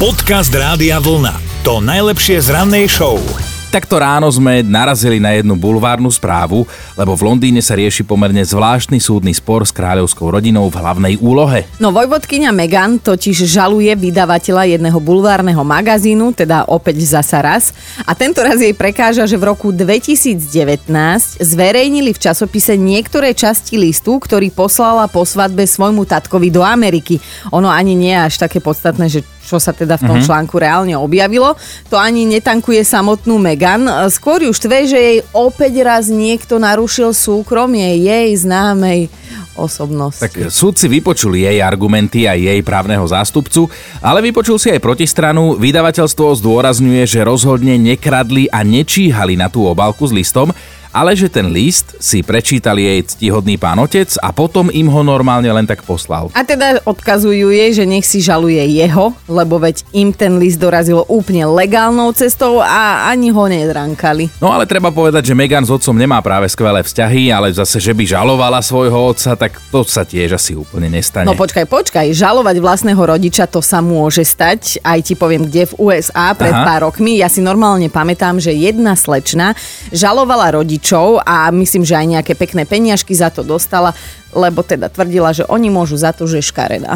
Podcast Rádia Vlna. To najlepšie z rannej show. Takto ráno sme narazili na jednu bulvárnu správu, lebo v Londýne sa rieši pomerne zvláštny súdny spor s kráľovskou rodinou v hlavnej úlohe. No vojvodkyňa Meghan totiž žaluje vydavateľa jedného bulvárneho magazínu, teda opäť zasa raz. A tento raz jej prekáža, že v roku 2019 zverejnili v časopise niektoré časti listu, ktorý poslala po svadbe svojmu tatkovi do Ameriky. Ono ani nie je až také podstatné, že čo sa teda v tom článku reálne objavilo. To ani netankuje samotnú Meghan. Skôr ju štve, že jej opäť raz niekto narušil súkromie jej známej osobnosti. Tak súdci vypočuli jej argumenty a jej právneho zástupcu, ale vypočul si aj protistranu. Vydavateľstvo zdôrazňuje, že rozhodne nekradli a nečíhali na tú obálku s listom, ale že ten list si prečítal jej ctihodný pán otec a potom im ho normálne len tak poslal. A teda odkazujú jej, že nech si žaluje jeho, lebo veď im ten list dorazil úplne legálnou cestou a ani ho nedrankali. No ale treba povedať, že Meghan s otcom nemá práve skvelé vzťahy, ale zase, že by žalovala svojho otca, tak to sa tiež asi úplne nestane. No počkaj, žalovať vlastného rodiča, to sa môže stať. Aj ti poviem, kde v USA pred pár rokmi. Ja si normálne pamätám, že jedna slečna žalovala rodičov a myslím, že aj nejaké pekné peniažky za to dostala, lebo teda tvrdila, že oni môžu za to, že je škaredá.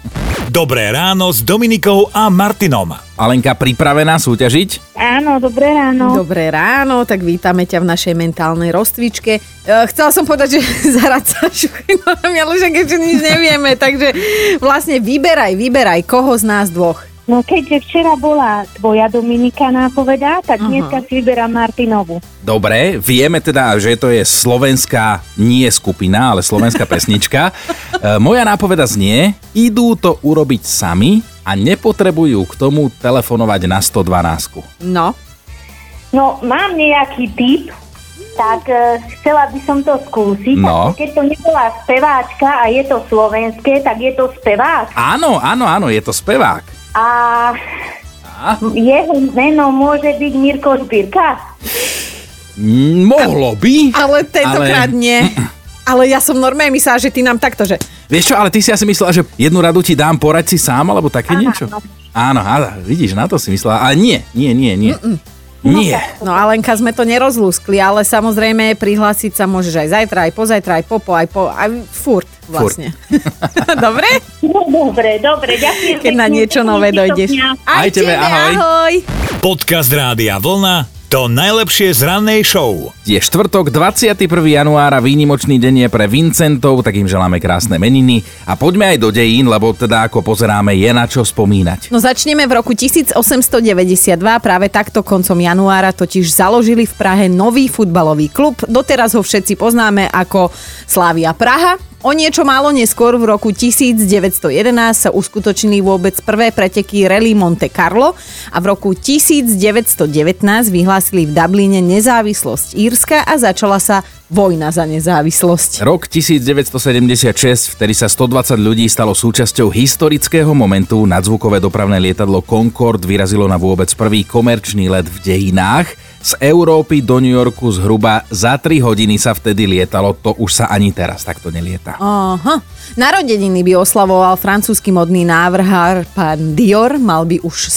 Dobré ráno s Dominikou a Martinom. Alenka, pripravená súťažiť? Áno, dobré ráno. Dobré ráno, tak vítame ťa v našej mentálnej rozcvičke. Chcela som povedať, že zarad sa šuchinami, ale však ešte nič nevieme, takže vlastne vyberaj, koho z nás dvoch. No keďže včera bola tvoja Dominika nápoveda, tak dneska si vyberám Martinovu. Dobre, vieme teda, že to je slovenská nie skupina, ale slovenská pesnička. Moja nápoveda znie, idú to urobiť sami a nepotrebujú k tomu telefonovať na 112. No, mám nejaký tip, tak chcela by som to skúsiť. No. Keď to nebola speváčka a je to slovenské, tak je to spevák. Áno, je to spevák. A jeho meno môže byť Mirko Žbírka? Mohlo by. ale tentokrát nie. Ale ja som normálne myslela, že ty nám takto, že... Vieš čo, ale ty si asi myslela, že jednu radu ti dám, poraď si sám, alebo také niečo? Áno, vidíš, na to si myslela. Ale nie. Nie. No Alenka, sme to nerozlúskli, ale samozrejme prihlásiť sa môžeš aj zajtra, aj pozajtra, aj aj furt vlastne. Dobre? Dobre, ďakujem. Keď na niečo nové dojdeš. Aj tebe, ahoj. Podcast Rádia Vlna. To najlepšie z rannej show. Je štvrtok, 21. januára, výnimočný deň je pre Vincentov, tak im želáme krásne meniny. A poďme aj do dejín, lebo teda ako pozeráme, je na čo spomínať. No začneme v roku 1892, práve takto koncom januára totiž založili v Prahe nový futbalový klub. Doteraz ho všetci poznáme ako Slavia Praha. O niečo málo neskôr v roku 1911 sa uskutočnili vôbec prvé preteky Rally Monte Carlo a v roku 1919 vyhlásili v Dubline nezávislosť Írska a začala sa vojna za nezávislosť. Rok 1976, vtedy sa 120 ľudí stalo súčasťou historického momentu. Nadzvukové dopravné lietadlo Concorde vyrazilo na vôbec prvý komerčný let v dejinách. Z Európy do New Yorku zhruba za 3 hodiny sa vtedy lietalo, to už sa ani teraz takto nelieta. Aha. Narodeniny by oslavoval francúzsky modný návrhár pán Dior, mal by už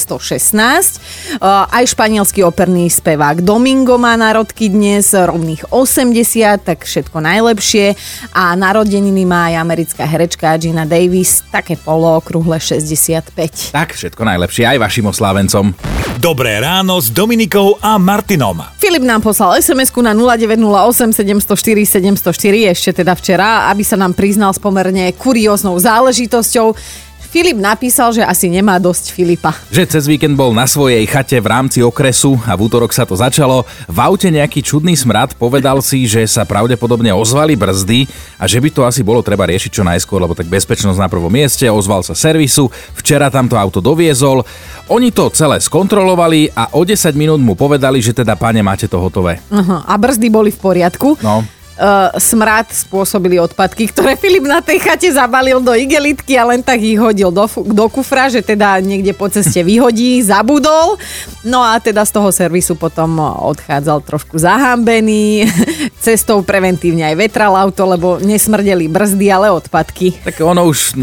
116. Aj španielský operný spevák Domingo má narodky dnes, rovných 80, tak všetko najlepšie. A narodeniny má aj americká herečka Gina Davis, také polookrúhle 65. Tak, všetko najlepšie aj vašim oslávencom. Dobré ráno s Dominikou a Martinom. Filip nám poslal SMS-ku na 0908 704 704 ešte teda včera, aby sa nám priznal s pomerne kurióznou záležitosťou. Filip napísal, že asi nemá dosť Filipa. Že cez víkend bol na svojej chate v rámci okresu a v útorok sa to začalo. V aute nejaký čudný smrad, povedal si, že sa pravdepodobne ozvali brzdy a že by to asi bolo treba riešiť čo najskôr, lebo tak bezpečnosť na prvom mieste, ozval sa servisu, včera tamto auto doviezol. Oni to celé skontrolovali a o 10 minút mu povedali, že teda páne, máte to hotové. Aha, a brzdy boli v poriadku. No. Smrad spôsobili odpadky, ktoré Filip na tej chate zabalil do igelitky a len tak ich hodil do kufra, že teda niekde po ceste vyhodí, zabudol. No a teda z toho servisu potom odchádzal trošku zahambený. Cestou preventívne aj vetral auto, lebo nesmrdeli brzdy, ale odpadky. Tak ono už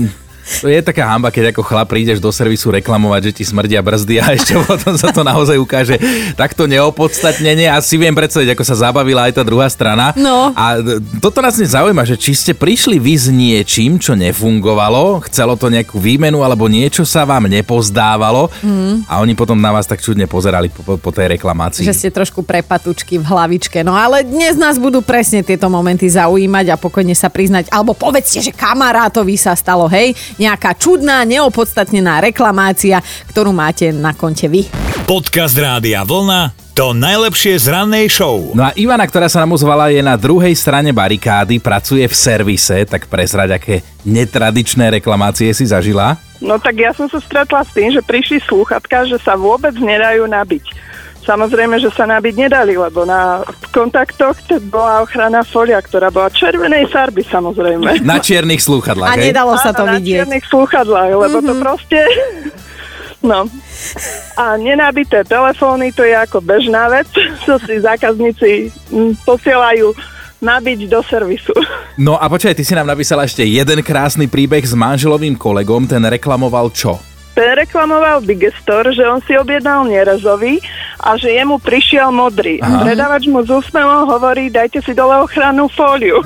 To je taká hanba, keď ako chlap prídeš do servisu reklamovať, že ti smrdia brzdy a ešte potom sa to naozaj ukáže takto neopodstatnenie. Asi viem predstaviť, ako sa zabavila aj tá druhá strana. No. A toto nás nezaujíma, že či ste prišli vy s niečím, čo nefungovalo, chcelo to nejakú výmenu, alebo niečo sa vám nepozdávalo a oni potom na vás tak čudne pozerali po tej reklamácii. Že ste trošku prepatučky v hlavičke. No ale dnes nás budú presne tieto momenty zaujímať a pokojne sa priznať. Alebo povedzte, že kamarátovi sa stalo, hej, nejaká čudná, neopodstatnená reklamácia, ktorú máte na konte vy. Podcast Rádia Vlna, to najlepšie z rannej show. No a Ivana, ktorá sa nám ozvala, je na druhej strane barikády, pracuje v servise, tak prezrať, aké netradičné reklamácie si zažila? No tak ja som sa stretla s tým, že prišli slúchatka, že sa vôbec nedajú nabiť. Samozrejme, že sa nabiť nedali, lebo na kontaktoch bola ochranná folia, ktorá bola červenej farby, samozrejme. Na čiernych slúchadlách, A hej? nedalo sa to na vidieť. čiernych slúchadlách, lebo to proste... No. A nenabité telefóny, to je ako bežná vec, čo si zákazníci posielajú nabiť do servisu. No a počkaj, ty si nám napísala ešte jeden krásny príbeh s manželovým kolegom, ten reklamoval čo? Ten reklamoval Digestor, že on si objednal nerezový a že jemu prišiel modrý. A predávač mu s úsmevom hovorí, dajte si dole ochrannú fóliu.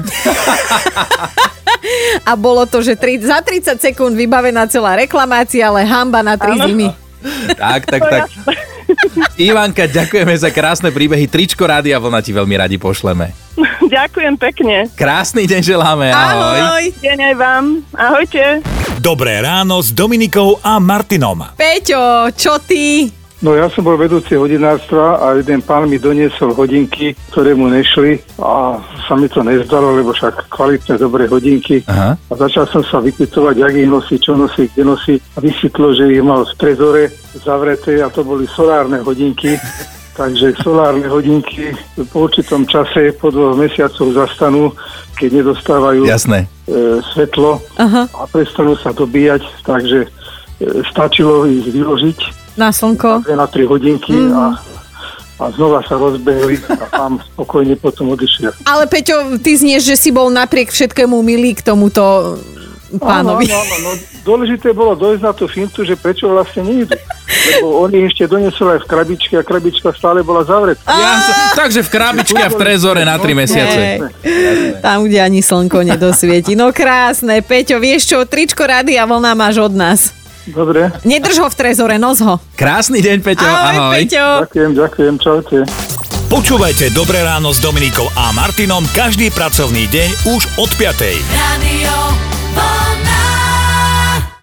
A bolo to, že za 30 sekúnd vybavená celá reklamácia, ale hanba na 3 zimy. Tak. Ivanka, ďakujeme za krásne príbehy. Tričko Rádia Vlna ti veľmi radi pošleme. Ďakujem pekne. Krásny deň želáme. Ahoj. Deň aj vám. Ahojte. Dobré ráno s Dominikou a Martinom. Peťo, čo ty? No ja som bol vedúci hodinárstva a jeden pán mi doniesol hodinky, ktoré mu nešli a sa mi to nezdalo, lebo však kvalitné, dobré hodinky. Aha. A začal som sa vypytovať, jak ich nosí, čo nosí, kde nosí. A vysvetlo, že ich mal v trezore zavreté a to boli solárne hodinky. Takže solárne hodinky po určitom čase, po 2 mesiacoch zastanú, keď nedostávajú svetlo. Aha. A prestanú sa dobíjať, takže stačilo ich vyložiť na slnko 2-3 hodinky a znova sa rozbehli a tam spokojne potom odišiel. Ale Peťo, ty znieš, že si bol napriek všetkému milý k tomuto pánovi. Áno. Dôležité bolo dojsť na tú fintu, že prečo vlastne nejdu. Lebo oni ešte doniesli aj v krabičke a krabička stále bola zavretá. Takže v krabičke a v trezore na 3 mesiace. Tam, kde ani slnko nedosvieti. No krásne, Peťo, vieš čo, tričko Rádia Vlna máš od nás. Dobre. Nedrž ho v trezore, nos ho. Krásny deň, Peťo. Ahoj. Peťo. Ďakujem, čaute. Počúvajte Dobré ráno s Dominikou a Martinom každý pracovný deň už od 5:00. Radio